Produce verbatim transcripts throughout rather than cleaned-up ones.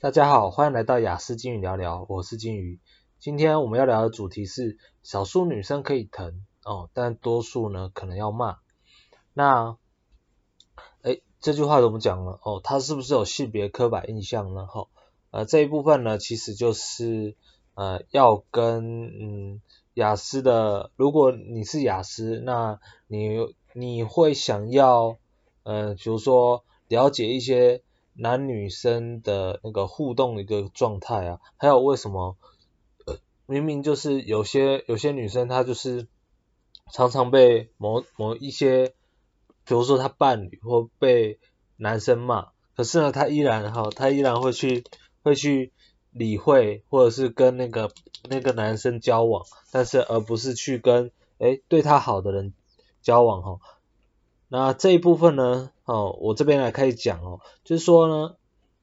大家好，欢迎来到雅思金鱼聊聊，我是金鱼。今天我们要聊的主题是少数女生可以疼哦，但多数呢可能要骂。那诶这句话怎么讲呢？哦，它是不是有性别刻板印象呢？哦，呃这一部分呢其实就是呃要跟嗯雅思的，如果你是雅思，那你你会想要呃比如说了解一些男女生的那个互动的一个状态啊，还有为什么呃明明就是有些有些女生她就是常常被某某一些，比如说她伴侣或被男生骂，可是呢她依然哈，她依然会去会去理会或者是跟那个那个男生交往，但是而不是去跟诶对她好的人交往哈。那这一部分呢，哦，我这边来开始讲哦，就是说呢，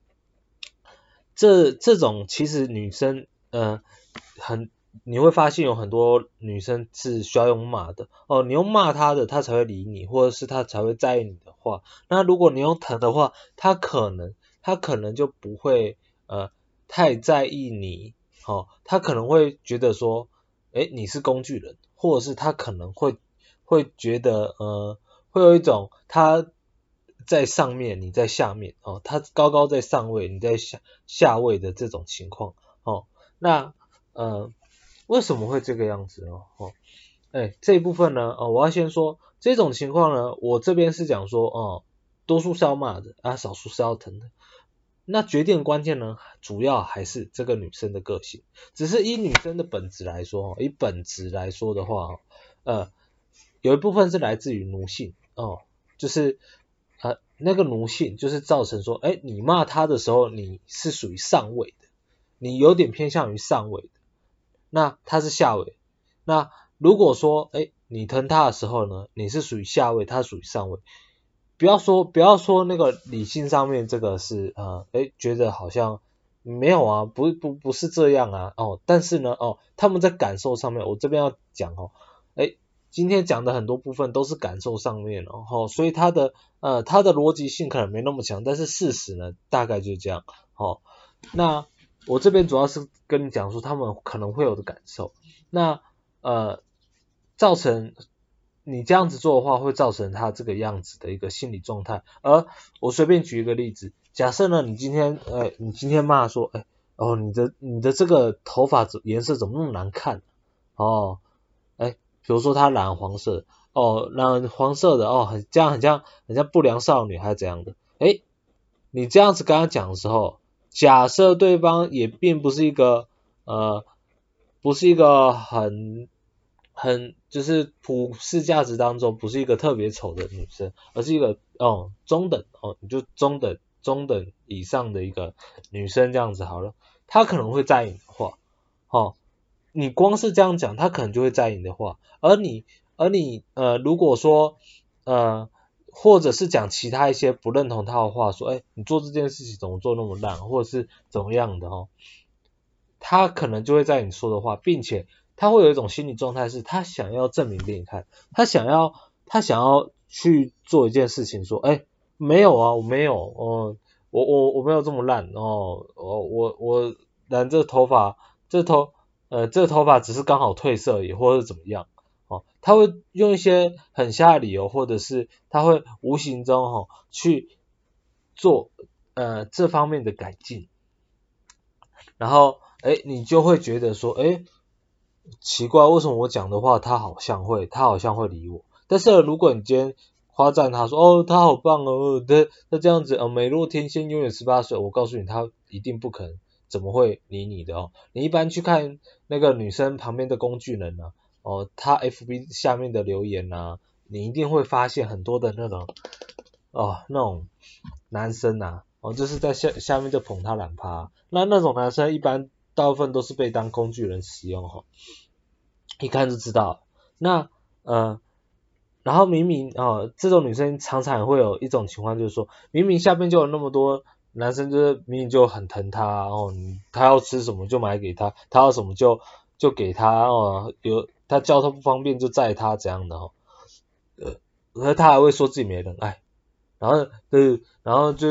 这这种其实女生呃很你会发现有很多女生是需要用骂的哦，你用骂她的，她才会理你，或者是她才会在意你的话。那如果你用疼的话，她可能她可能就不会呃太在意你，哦，她可能会觉得说，诶你是工具人，或者是她可能会会觉得呃会有一种她在上面，你在下面哦，他高高在上位，你在下下位的这种情况哦。那呃为什么会这个样子呢？哦，哎这一部分呢，哦我要先说这种情况呢，我这边是讲说哦，多数是要骂的啊，少数是要疼的。那决定关键呢，主要还是这个女生的个性。只是以女生的本质来说，以本质来说的话，呃，有一部分是来自于奴性哦，就是呃那个奴性就是造成说，哎，你骂他的时候，你是属于上位的，你有点偏向于上位的，那他是下位。那如果说，哎，你疼他的时候呢，你是属于下位，他属于上位。不要说不要说那个理性上面这个是呃，哎，觉得好像没有啊，不不不是这样啊，哦，但是呢，哦，他们在感受上面，我这边要讲哦，哎，今天讲的很多部分都是感受上面哦，哦所以它的呃它的逻辑性可能没那么强，但是事实呢大概就是这样，哦，那我这边主要是跟你讲说他们可能会有的感受，那呃造成你这样子做的话，会造成他这个样子的一个心理状态。而我随便举一个例子，假设呢，你今天，呃，你今天骂说，哎，哦，你的你的这个头发颜色怎么那么难看？哦，哎，比如说他染黄色，哦，染黄色的，哦，很这样很像很像不良少女还是怎样的？哎，你这样子跟他讲的时候，假设对方也并不是一个呃，不是一个很很就是普世价值当中不是一个特别丑的女生，而是一个哦中等哦，你就中等中等以上的一个女生这样子好了，她可能会在意你的话，哦，你光是这样讲，她可能就会在意你的话，而你而你呃如果说呃或者是讲其他一些不认同他的话，说，哎，你做这件事情怎么做那么烂，或者是怎么样的哦，他可能就会在你说的话，并且他会有一种心理状态是，他想要证明给你看，他想要他想要去做一件事情，说，哎，没有啊，我没有，哦，我我我没有这么烂哦，我我我染这头发，这头呃这头发只是刚好褪色而已，或者怎么样。哦，他会用一些很瞎的理由，或者是他会无形中哦去做呃这方面的改进，然后哎你就会觉得说，哎奇怪，为什么我讲的话他好像会他好像会理我，但是如果你今天夸赞他说哦他好棒哦，他他这样子哦美若天仙永远十八岁，我告诉你他一定不可能怎么会理你的哦，你一般去看那个女生旁边的工具人呢、啊哦，他 F B 下面的留言啊，你一定会发现很多的那种哦那种男生啊，哦就是在下下面就捧他懒趴，那那种男生一般大部分都是被当工具人使用哈、哦，一看就知道。那呃，然后明明哦这种女生常常会有一种情况，就是说明明下面就有那么多男生，就是明明就很疼她哦，他要吃什么就买给他，他要什么就就给他哦，有他交通不方便就载他这样的哦，呃，而他还会说自己没人爱，然后对，然后就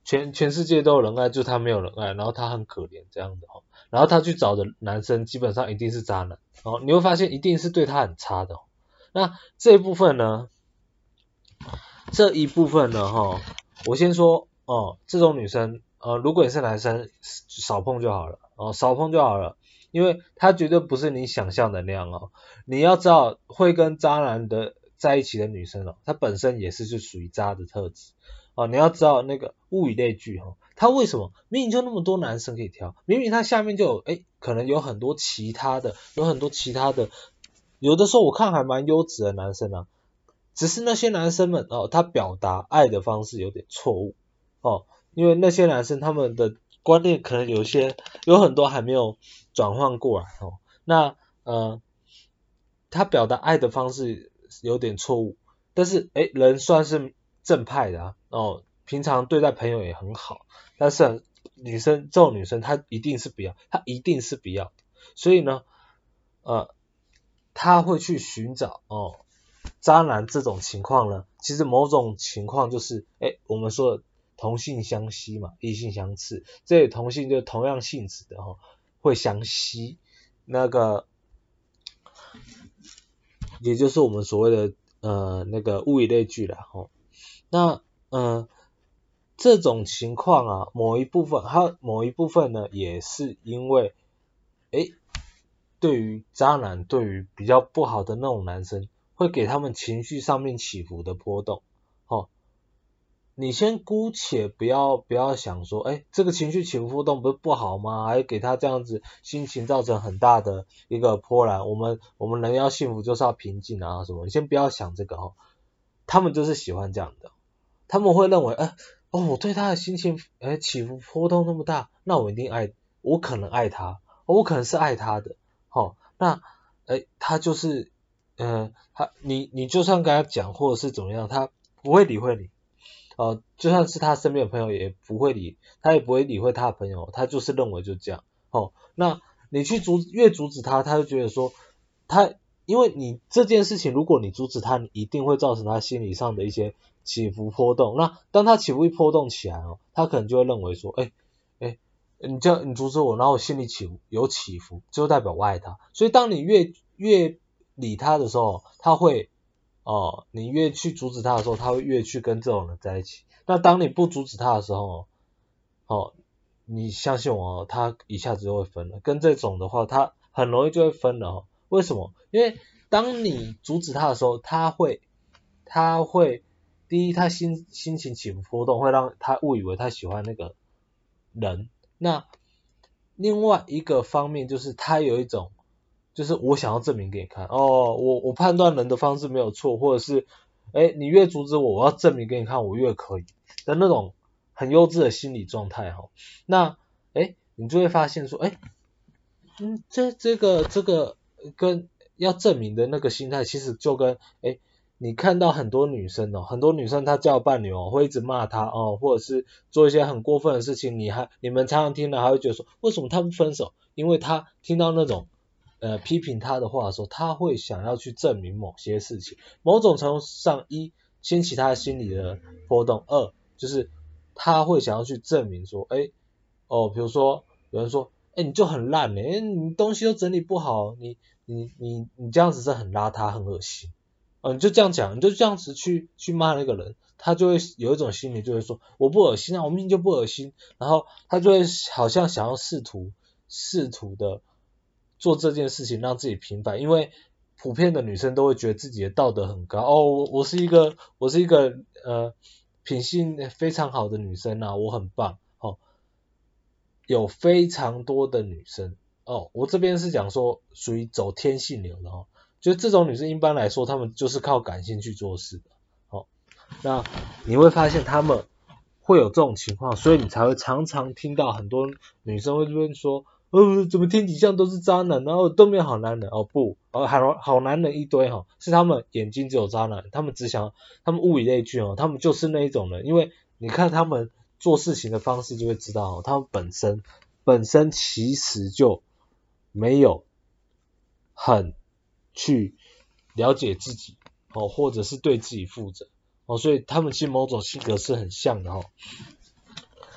全全世界都有人爱，就他没有人爱，然后他很可怜这样的哦。然后他去找的男生基本上一定是渣男哦，你会发现一定是对他很差的哦。那这一部分呢，这一部分呢哈，我先说哦，这种女生呃，如果你是男生，少碰就好了哦，少碰就好了，因为她绝对不是你想象的那样哦。你要知道，会跟渣男的在一起的女生哦，她本身也是就属于渣的特质哦。你要知道那个物以类聚哦，她为什么明明就那么多男生可以挑，明明她下面就有哎，可能有很多其他的，有很多其他的，有的时候我看还蛮优质的男生啊。只是那些男生们哦，他表达爱的方式有点错误哦，因为那些男生他们的观念可能有些有很多还没有转换过来哦，那呃，他表达爱的方式有点错误，但是诶，人算是正派的啊，哦，平常对待朋友也很好，但是、啊、女生这种女生她一定是不要，她一定是不要，所以呢，呃，她会去寻找哦。渣男这种情况呢，其实某种情况就是，哎，我们说的同性相吸嘛，异性相斥，这里同性就同样性质的哦，会相吸，那个也就是我们所谓的呃那个物以类聚啦吼。那呃这种情况啊，某一部分它某一部分呢，也是因为，哎，对于渣男，对于比较不好的那种男生，会给他们情绪上面起伏的波动。哦，你先姑且不要不要想说，哎，这个情绪起伏波动不是不好吗？还给他这样子心情造成很大的一个波澜。我们我们人要幸福就是要平静啊什么，你先不要想这个哦。他们就是喜欢这样的，他们会认为，哎，哦，我对他的心情，哎，起伏波动那么大，那我一定爱，我可能爱他，哦我可能是爱他的。哦，那诶，他就是，呃，他你你就算跟他讲或者是怎么样，他不会理会你，哦、呃，就算是他身边的朋友也不会理，他也不会理会他的朋友，他就是认为就这样，哦，那你去阻越阻止他，他就觉得说他。因为你这件事情，如果你阻止他，你一定会造成他心理上的一些起伏波动。那当他起伏一波动起来哦，他可能就会认为说，哎哎，你这样你阻止我，然后我心里起有起伏，就代表我爱他。所以当你越越理他的时候，他会哦，你越去阻止他的时候，他会越去跟这种人在一起。那当你不阻止他的时候，哦，你相信我哦，他一下子就会分了。跟这种的话，他很容易就会分了哦。为什么？因为当你阻止他的时候，他会他会第一，他心心情起伏波动，会让他误以为他喜欢那个人。那另外一个方面就是他有一种，就是我想要证明给你看，哦，我我判断人的方式没有错，或者是，哎，你越阻止我，我要证明给你看，我越可以的那种很幼稚的心理状态哈。那，哎，你就会发现说，哎，嗯，这这个这个跟要证明的那个心态，其实就跟，哎。你看到很多女生哦，很多女生她交伴侣哦，会一直骂她哦，或者是做一些很过分的事情，你还你们常常听了还会觉得说，为什么他不分手？因为他听到那种呃批评他的话的时候，他会想要去证明某些事情，某种程度上一掀起他的心理的波动，二就是他会想要去证明说，哎哦，比如说有人说，哎你就很烂哎，你东西都整理不好，你你你你这样子是很邋遢，很恶心。哦，你就这样讲，你就这样子去去骂那个人，他就会有一种心理，就会说我不恶心啊，我明明就不恶心，然后他就会好像想要试图试图的做这件事情让自己平反，因为普遍的女生都会觉得自己的道德很高，哦，我我是一个我是一个呃品性非常好的女生啊，我很棒，哦，有非常多的女生哦，我这边是讲说属于走天性流的哦。就这种女生一般来说，她们就是靠感性去做事的。哦，那你会发现她们会有这种情况，所以你才会常常听到很多女生会这边说，呃，怎么天底下都是渣男，然后都没有好男人。哦不，哦好好男人一堆哈、哦，是他们眼睛只有渣男，他们只想，他们物以类聚哦，他们就是那一种人，因为你看他们做事情的方式就会知道哦，他们本身本身其实就没有很去了解自己哦，或者是对自己负责哦，所以他们其实某种性格是很像的哦。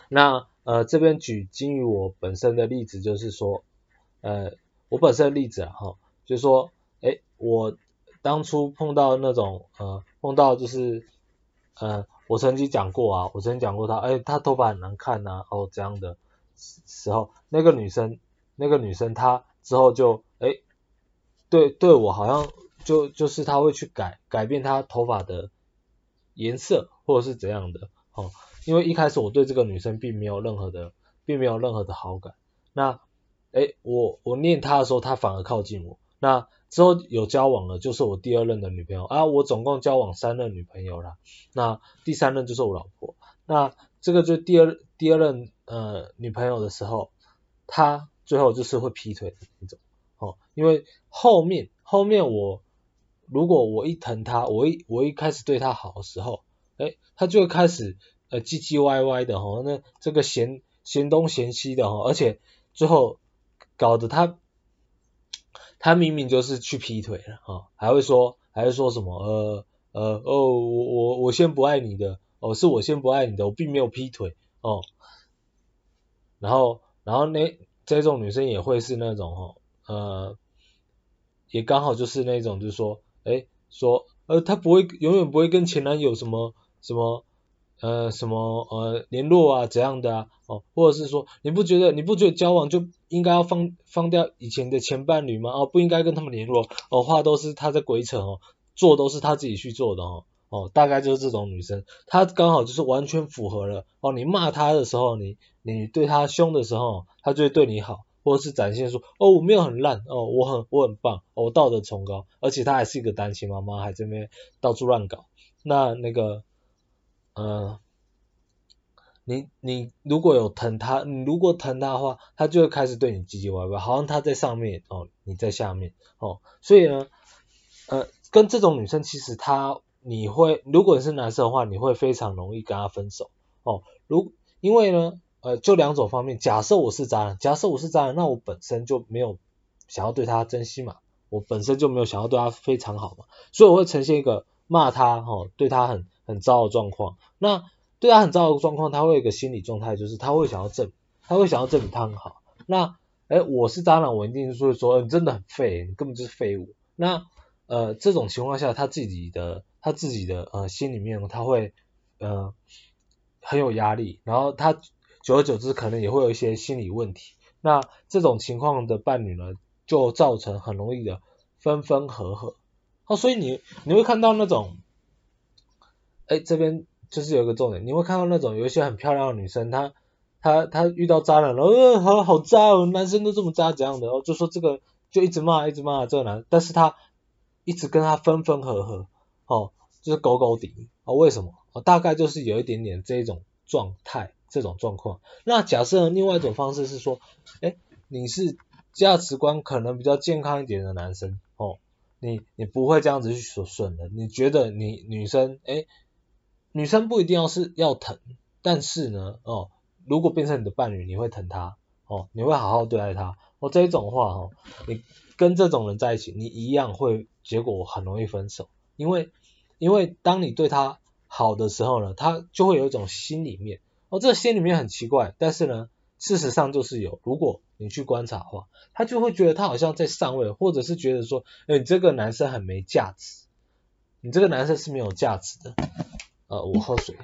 那呃这边举基于我本身的例子，就是说，呃我本身的例子啊哈，就是说，诶我当初碰到那种呃碰到就是呃我曾经讲过啊，我曾经讲过他，诶他头发很难看呐、啊，哦这样的时候，那个女生那个女生她之后就诶对对我好像就就是她会去改改变她头发的颜色或者是怎样的哦，因为一开始我对这个女生并没有任何的并没有任何的好感，那诶我我念她的时候她反而靠近我，那之后有交往了就是我第二任的女朋友啊，我总共交往三任女朋友啦，那第三任就是我老婆，那这个就第二第二任呃女朋友的时候，她最后就是会劈腿的那种哦，因为后面后面我如果我一疼她，我一我一开始对她好的时候，诶，她就会开始呃唧唧歪歪的哈，那这个嫌嫌东嫌西的哈，而且最后搞得她她明明就是去劈腿了哈，还会说还会说什么呃呃哦我我我先不爱你的哦，是我先不爱你的，我并没有劈腿哦，然后然后那这种女生也会是那种哦呃也刚好就是那种就是说诶说呃她不会永远不会跟前男友什么什么呃什么呃联络啊怎样的啊哦，或者是说你不觉得你不觉得交往就应该要放放掉以前的前伴侣吗？哦不应该跟他们联络哦，话都是他在鬼扯哦，做都是他自己去做的哦。哦，大概就是这种女生，她刚好就是完全符合了哦。你骂她的时候，你你对她凶的时候，她就会对你好，或者是展现出哦我没有很烂哦，我很我很棒，哦我道德崇高，而且她还是一个单亲妈妈，还这边到处乱搞。那那个呃，你你如果有疼她，你如果疼她的话，她就会开始对你唧唧歪歪，好像她在上面哦，你在下面哦，所以呢，呃，跟这种女生其实她你会，如果你是男生的话，你会非常容易跟她分手哦。如因为呢，呃，就两种方面，假设我是渣男，假设我是渣男，那我本身就没有想要对她珍惜嘛，我本身就没有想要对她非常好嘛，所以我会呈现一个骂她哦，对她很很糟的状况。那对她很糟的状况，她会有一个心理状态，就是她会想要证，她会想要证明她很好。那哎，我是渣男，我一定是会说，呃你真的很废，你根本就是废物。那呃这种情况下，他自己的他自己的呃心里面他会呃很有压力，然后他久而久之可能也会有一些心理问题。那这种情况的伴侣呢，就造成很容易的分分合合。哦，所以你你会看到那种，哎这边就是有一个重点，你会看到那种有一些很漂亮的女生，她她她遇到渣男了，呃好好渣哦，男生都这么渣这样的，哦就说这个就一直骂一直骂这个男，但是她一直跟他分分合合，哦，就是狗狗底，哦，为什么？哦，大概就是有一点点这种状态，这种状况。那假设另外一种方式是说，哎，你是价值观可能比较健康一点的男生，哦，你你不会这样子去说顺的，你觉得你女生，哎，女生不一定要是要疼，但是呢，哦，如果变成你的伴侣，你会疼她，哦，你会好好对待她，哦，这一种话，哦，你跟这种人在一起，你一样会结果很容易分手，因为因为当你对他好的时候呢，他就会有一种心里面，哦，这个心里面很奇怪，但是呢，事实上就是有，如果你去观察的话，他就会觉得他好像在上位，或者是觉得说，哎，你这个男生很没价值，你这个男生是没有价值的，呃，我喝水，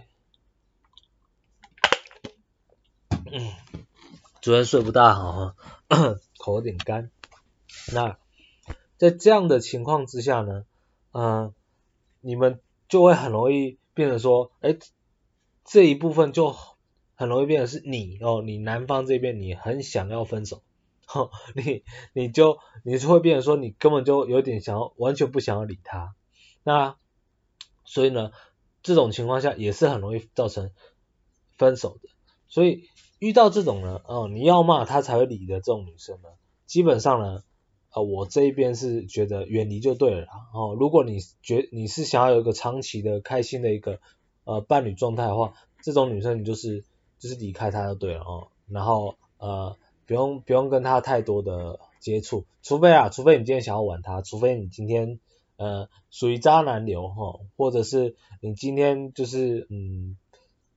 嗯，昨天睡不大好，口有点干，那在这样的情况之下呢，呃，你们就会很容易变成说，哎，这一部分就很容易变成是你哦，你男方这边你很想要分手，哦，你你就你就会变成说你根本就有点想要完全不想要理他，那所以呢，这种情况下也是很容易造成分手的，所以遇到这种呢，哦，你要骂他才会理的这种女生呢，基本上呢。呃，我这一边是觉得远离就对了啦哦。如果你觉你是想要有一个长期的开心的一个呃伴侣状态的话，这种女生你就是就是离开她就对了哦。然后呃不用不用跟她太多的接触，除非啊，除非你今天想要玩她，除非你今天呃属于渣男流哈、哦，或者是你今天就是嗯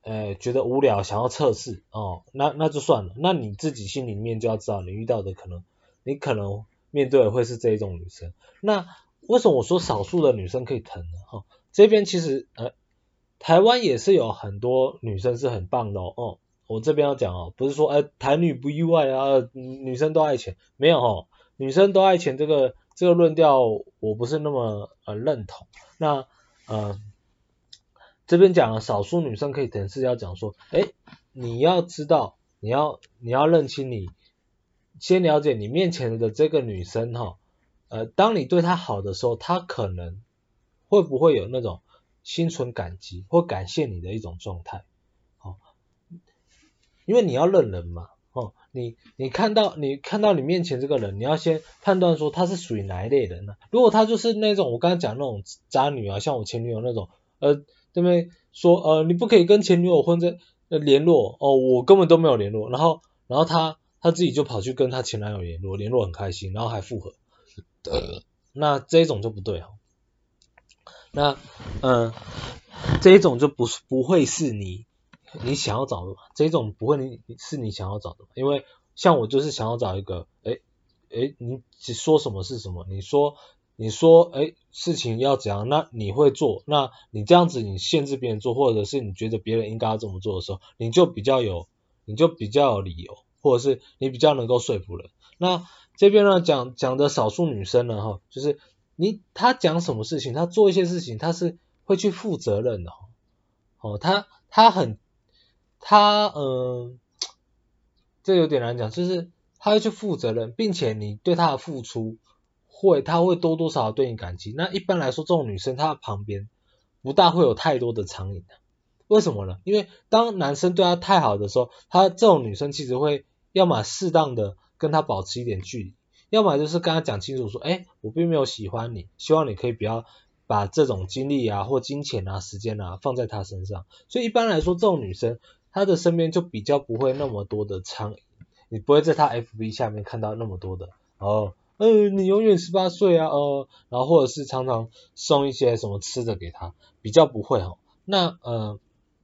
呃觉得无聊想要测试哦，那那就算了，那你自己心里面就要知道你遇到的可能你可能面对的会是这一种女生。那为什么我说少数的女生可以疼呢？哦，这边其实呃台湾也是有很多女生是很棒的哦。哦我这边要讲哦，不是说呃台女不意外啊，女生都爱钱，没有哦，女生都爱钱这个这个论调我不是那么呃认同。那呃这边讲了少数女生可以疼是要讲说，哎，你要知道，你要你要认清你，先了解你面前的这个女生哈，呃，当你对她好的时候，她可能会不会有那种心存感激或感谢你的一种状态，哦，因为你要认人嘛，哦，你你看到你看到你面前这个人，你要先判断说他是属于哪一类人呢、啊？如果他就是那种我刚才讲那种渣女啊，像我前女友那种，呃，对不对？说呃你不可以跟前女友混在呃联络哦，我根本都没有联络，然后然后他他自己就跑去跟他前男友联络，联络很开心，然后还复合，呃，那这一种就不对哦。那嗯、呃，这一种就不是不会是你你想要找的嘛，这一种不会你是你想要找的嘛，因为像我就是想要找一个，诶诶，你只说什么是什么，你说你说诶事情要怎样，那你会做，那你这样子你限制别人做，或者是你觉得别人应该要这么做的时候，你就比较有你就比较有理由，或者是你比较能够说服人。那这边呢讲讲的少数女生呢哈，就是你她讲什么事情，她做一些事情，她是会去负责任的哦，哦，她她很她嗯、呃，这有点难讲，就是她会去负责任，并且你对她的付出会，她会多多少少对你感激。那一般来说，这种女生她的旁边不大会有太多的苍蝇的，为什么呢？因为当男生对她太好的时候，她这种女生其实会要么适当的跟他保持一点距离，要么就是跟他讲清楚说，哎，我并没有喜欢你，希望你可以不要把这种精力啊或金钱啊时间啊放在他身上。所以一般来说，这种女生她的身边就比较不会那么多的苍蝇，你不会在她 F B 下面看到那么多的哦。呃，你永远十八岁啊，呃，然后或者是常常送一些什么吃的给他，比较不会哦。那呃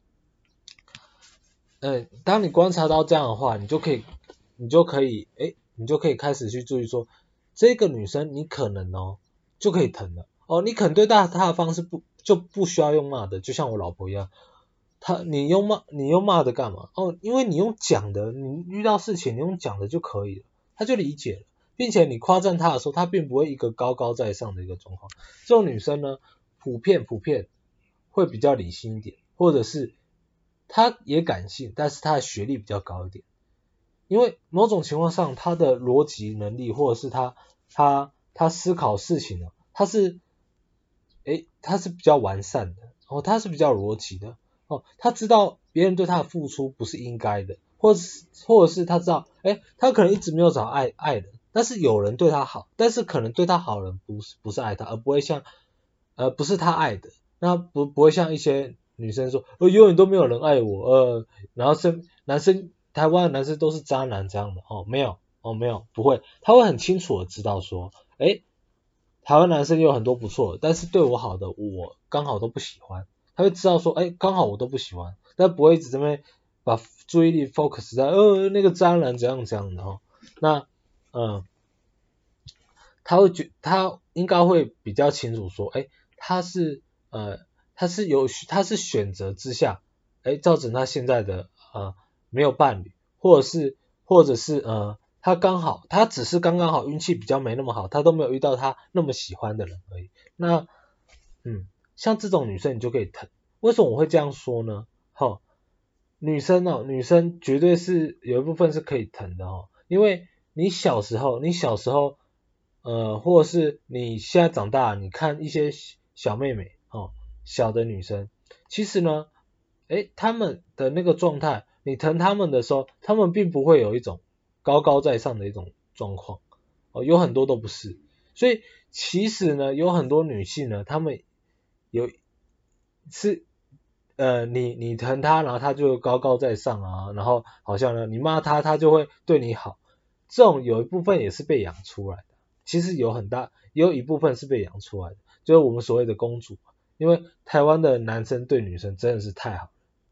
呃，当你观察到这样的话，你就可以，你就可以，诶，你就可以开始去注意说，这个女生你可能哦，就可以疼了，哦，你可能对待她的方式不就不需要用骂的，就像我老婆一样，她你用骂你用骂的干嘛？哦，因为你用讲的，你遇到事情你用讲的就可以了，她就理解了，并且你夸赞她的时候，她并不会一个高高在上的一个状况。这种女生呢，普遍普遍会比较理性一点，或者是她也感性，但是她的学历比较高一点，因为某种情况上她的逻辑能力或者是她她她思考事情呢，她是诶她是比较完善的，哦，她是比较逻辑的，哦，她知道别人对她的付出不是应该的，或者是或者是她知道，诶她可能一直没有找爱爱人，但是有人对她好，但是可能对她好人不是不是爱她，而不会像呃不是她爱的。那不不会像一些女生说，呃，永远都没有人爱我，呃，然后是男生，台湾的男生都是渣男这样的，哦，没有，哦，没有，不会，他会很清楚的知道说，诶，台湾男生有很多不错的，但是对我好的，我刚好都不喜欢，他会知道说，诶，刚好我都不喜欢，但不会一直这边把注意力 focus 在，呃，那个渣男怎样怎样的，哦，那，嗯、呃，他会觉他应该会比较清楚说，诶，他是呃他是有他是选择之下，诶，造成他现在的呃没有伴侣，或者是或者是呃他刚好他只是刚刚好运气比较没那么好，他都没有遇到他那么喜欢的人而已。那嗯，像这种女生你就可以疼。为什么我会这样说呢？哈，女生哦，女生绝对是有一部分是可以疼的哦，因为你小时候，你小时候，呃，或者是你现在长大，你看一些小妹妹哦，小的女生，其实呢，诶，她们的那个状态，你疼她们的时候，她们并不会有一种高高在上的一种状况，哦，有很多都不是，所以其实呢，有很多女性呢，她们有是呃，你你疼她，然后她就高高在上啊，然后好像呢，你骂她，她就会对你好。这种有一部分也是被养出来的，其实有很大，有一部分是被养出来的，就是我们所谓的公主。因为台湾的男生对女生真的是太好了，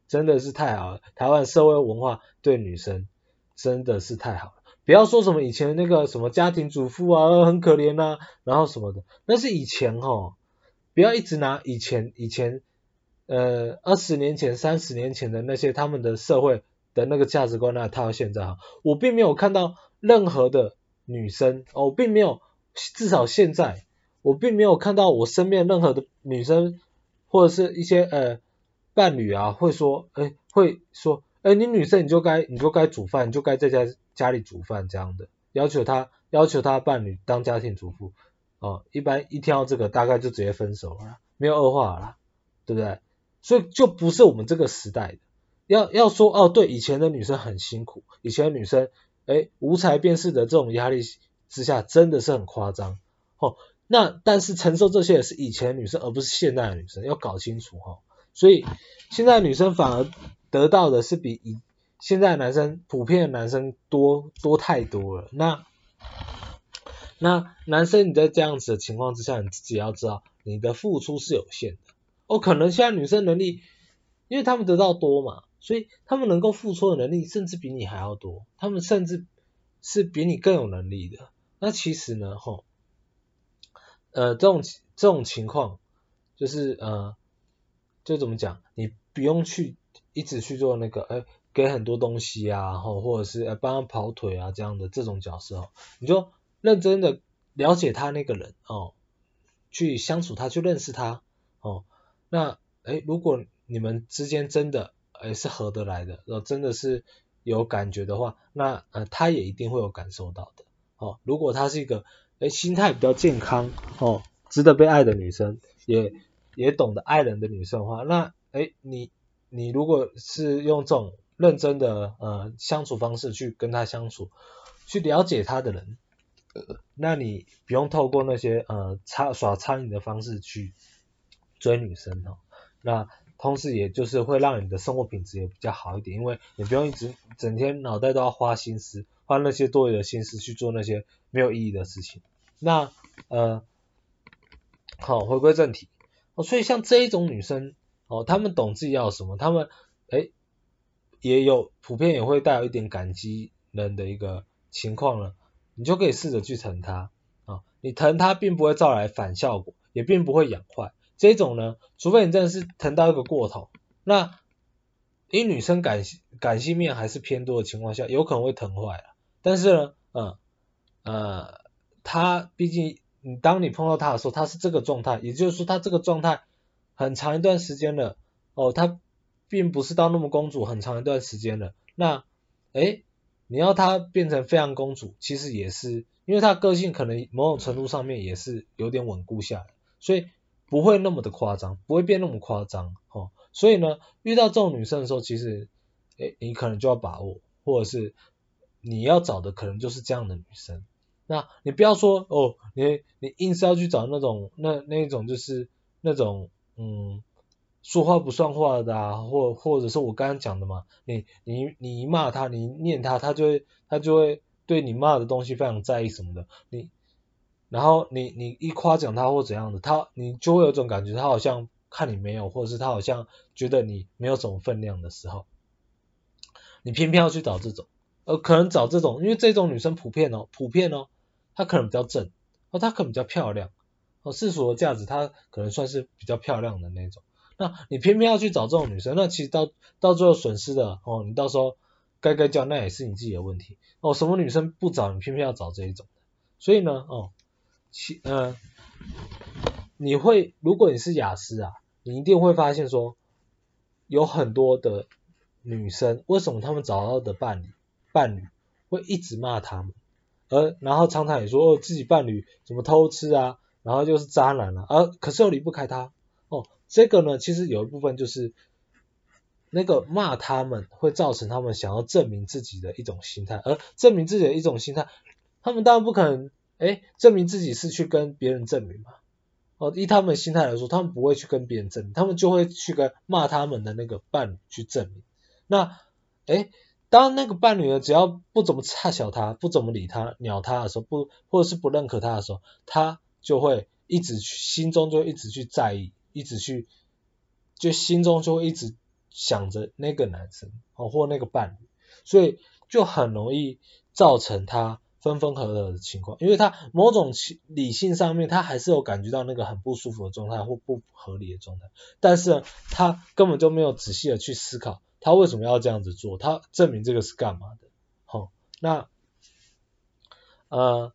真的是太好了，台湾社会文化对女生真的是太好了。不要说什么以前那个什么家庭主妇啊很可怜啊，然后什么的，那是以前齁，不要一直拿以前以前呃二十年前三十年前的那些他们的社会的那个价值观来套到现在哈，我并没有看到任何的女生哦，我并没有，至少现在我并没有看到我身边任何的女生或者是一些呃伴侣啊会说，哎会说，哎你女生你就该你就该煮饭，你就该在家家里煮饭这样的，要求她要求她伴侣当家庭主妇哦，一般一听到这个大概就直接分手了，没有二话了啦，对不对？所以就不是我们这个时代的。要要说哦，对，以前的女生很辛苦，以前的女生哎无才便是的这种压力之下真的是很夸张哦。那但是承受这些也是以前的女生，而不是现在的女生，要搞清楚哈、哦。所以现在的女生反而得到的是比以现在的男生普遍的男生多多太多了。那那男生你在这样子的情况之下，你自己要知道你的付出是有限的。哦，可能现在女生能力，因为他们得到多嘛，所以他们能够付出的能力甚至比你还要多，他们甚至是比你更有能力的。那其实呢，吼，呃，这种这种情况就是呃，就怎么讲，你不用去一直去做那个，哎，给很多东西啊，吼，或者是呃帮他跑腿啊这样的这种角色哦，你就认真的了解他那个人哦，去相处他，去认识他哦。那哎，如果你们之间真的哎是合得来的，然后真的是有感觉的话，那呃他也一定会有感受到的。哦，如果他是一个哎心态比较健康哦，值得被爱的女生，也也懂得爱人的女生的话，那哎你你如果是用这种认真的呃相处方式去跟他相处，去了解他的人，呃、那你不用透过那些呃擦耍苍蝇的方式去追女生哦，那同时也就是会让你的生活品质也比较好一点，因为你不用一直整天脑袋都要花心思，花那些多余的心思去做那些没有意义的事情。那呃，好，回归正题，哦，所以像这一种女生，哦，她们懂自己要什么，她们诶也有普遍也会带有一点感激人的一个情况了，你就可以试着去疼她啊，你疼她并不会造来反效果，也并不会养坏。这种呢，除非你真的是疼到一个过头，那因女生感感性面还是偏多的情况下，有可能会疼坏了。但是呢，嗯呃，她毕竟你当你碰到她的时候，她是这个状态，也就是说她这个状态很长一段时间了，哦，她并不是到那么公主很长一段时间了。那诶，你要她变成非常公主，其实也是因为她个性可能某种程度上面也是有点稳固下来，所以不会那么的夸张，不会变那么夸张哦。所以呢，遇到这种女生的时候，其实诶你可能就要把握，或者是你要找的可能就是这样的女生。那你不要说哦，你你硬是要去找那种那那一种就是那种嗯说话不算话的啊，或或者是我刚刚讲的嘛，你你你一骂他，你念他，他就会他就会对你骂的东西非常在意什么的，你然后你你一夸奖他或怎样的，他你就会有种感觉，他好像看你没有，或者是他好像觉得你没有什么分量的时候，你偏偏要去找这种，呃，可能找这种，因为这种女生普遍哦，普遍哦，她可能比较正，哦，她可能比较漂亮，哦，世俗的价值她可能算是比较漂亮的那种，那你偏偏要去找这种女生，那其实到到最后损失的哦，你到时候该该叫那也是你自己的问题，哦，什么女生不找你偏偏要找这一种，所以呢，哦。其呃，你会如果你是雅思啊，你一定会发现说，有很多的女生为什么她们找到的伴侣伴侣会一直骂她们，而然后常常也说哦自己伴侣怎么偷吃啊，然后就是渣男啊，而可是又离不开他哦，这个呢其实有一部分就是那个骂他们会造成他们想要证明自己的一种心态，而证明自己的一种心态，他们当然不可能哎，证明自己是去跟别人证明嘛。哦，依他们的心态来说，他们不会去跟别人证明，他们就会去跟骂他们的那个伴侣去证明。那，哎，当那个伴侣呢，只要不怎么差小他，不怎么理他、鸟他的时候，不或者是不认可他的时候，他就会一直去心中就一直去在意，一直去，就心中就会一直想着那个男生哦或那个伴侣，所以就很容易造成他分分合合的情况，因为他某种理性上面他还是有感觉到那个很不舒服的状态或不合理的状态，但是他根本就没有仔细的去思考他为什么要这样子做，他证明这个是干嘛的。好、哦，那呃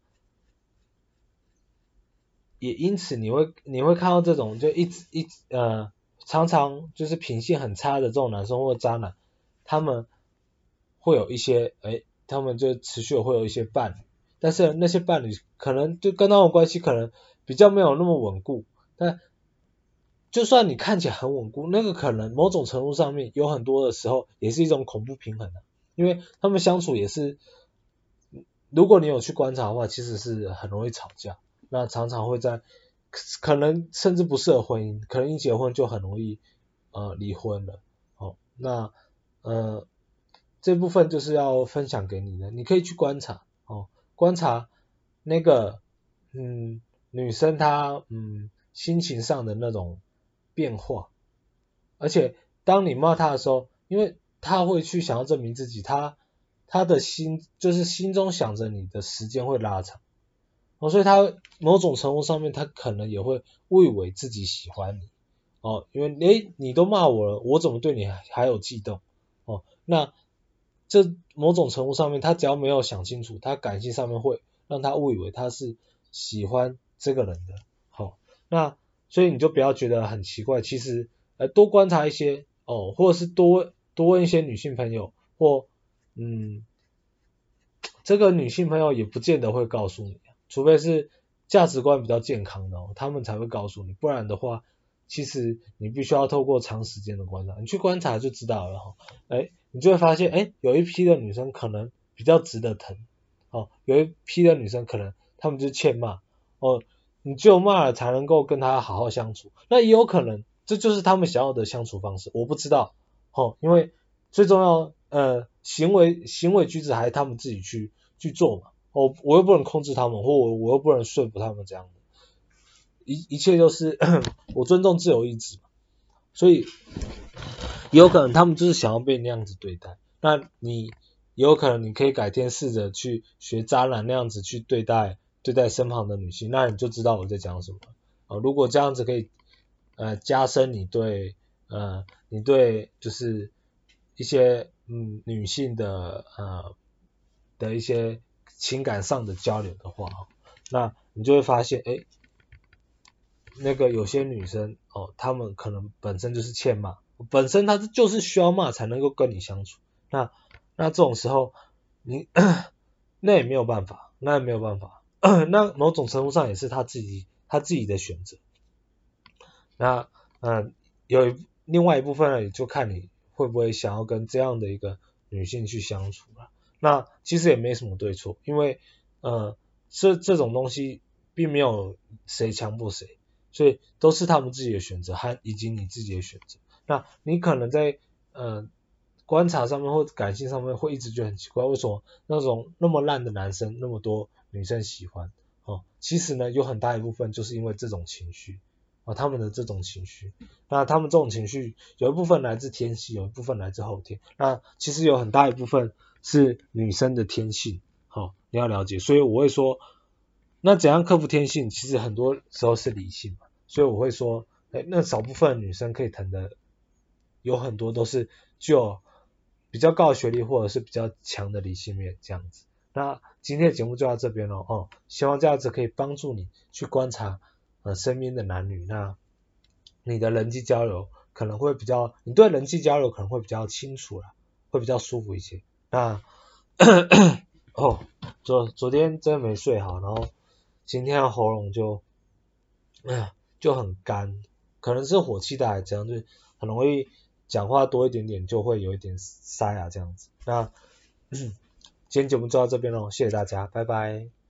也因此你会你会看到这种就一直一直呃常常就是品性很差的这种男生或渣男，他们会有一些诶他们就持续会有一些伴侣，但是那些伴侣可能就跟他们关系可能比较没有那么稳固，但就算你看起来很稳固，那个可能某种程度上面有很多的时候也是一种恐怖平衡的，因为他们相处也是，如果你有去观察的话，其实是很容易吵架，那常常会在可能甚至不适合婚姻，可能一结婚就很容易呃离婚了。哦，那呃这部分就是要分享给你的，你可以去观察哦，观察那个嗯女生她嗯心情上的那种变化，而且当你骂她的时候，因为她会去想要证明自己，她她的心就是心中想着你的时间会拉长，哦，所以她某种程度上面，她可能也会误以为自己喜欢你，哦，因为诶你都骂我了，我怎么对你还还有悸动，哦，那这某种程度上面，他只要没有想清楚，他感性上面会让他误以为他是喜欢这个人的，好、哦，那所以你就不要觉得很奇怪，其实呃多观察一些哦，或者是多多问一些女性朋友，或嗯这个女性朋友也不见得会告诉你，除非是价值观比较健康的哦，他们才会告诉你，不然的话，其实你必须要透过长时间的观察，你去观察就知道了哈，哎，你就会发现，哎，有一批的女生可能比较值得疼，哦，有一批的女生可能她们就是欠骂，哦，你只有骂了才能够跟她好好相处，那也有可能这就是他们想要的相处方式，我不知道，哦，因为最重要，呃，行为行为举止还是他们自己去去做嘛，哦，我又不能控制他们，或我我又不能说服他们这样的，一一切都是我尊重自由意志嘛，所以也有可能他们就是想要被那样子对待，那你也有可能你可以改天试着去学渣男那样子去对待对待身旁的女性，那你就知道我在讲什么，呃，如果这样子可以呃加深你对呃你对就是一些嗯女性的呃的一些情感上的交流的话，那你就会发现，哎，那个有些女生哦，她们可能本身就是欠骂，本身她就是需要骂才能够跟你相处，那那这种时候你那也没有办法，那也没有办法，那某种程度上也是她自己她自己的选择，那嗯、呃、有一另外一部分呢，也就看你会不会想要跟这样的一个女性去相处了。那其实也没什么对错，因为呃这这种东西并没有谁强迫谁，所以都是他们自己的选择和以及你自己的选择。那你可能在呃观察上面或感性上面会一直觉得很奇怪，为什么那种那么烂的男生那么多女生喜欢？哦，其实呢有很大一部分就是因为这种情绪。啊，他们的这种情绪，那他们这种情绪有一部分来自天性，有一部分来自后天，那其实有很大一部分是女生的天性，好、哦，你要了解，所以我会说，那怎样克服天性，其实很多时候是理性嘛，所以我会说，哎，那少部分女生可以疼的，有很多都是具有比较高的学历或者是比较强的理性面这样子。那今天的节目就到这边了哦，希望这样子可以帮助你去观察呃身边的男女，那你的人际交流可能会比较，你对人际交流可能会比较清楚了，会比较舒服一些。那哦，昨昨天真的没睡好，然后今天的喉咙就哎就很干，可能是火气大还是怎样，就很容易讲话多一点点就会有一点塞啊这样子。那今天节目就到这边喽，谢谢大家，拜拜。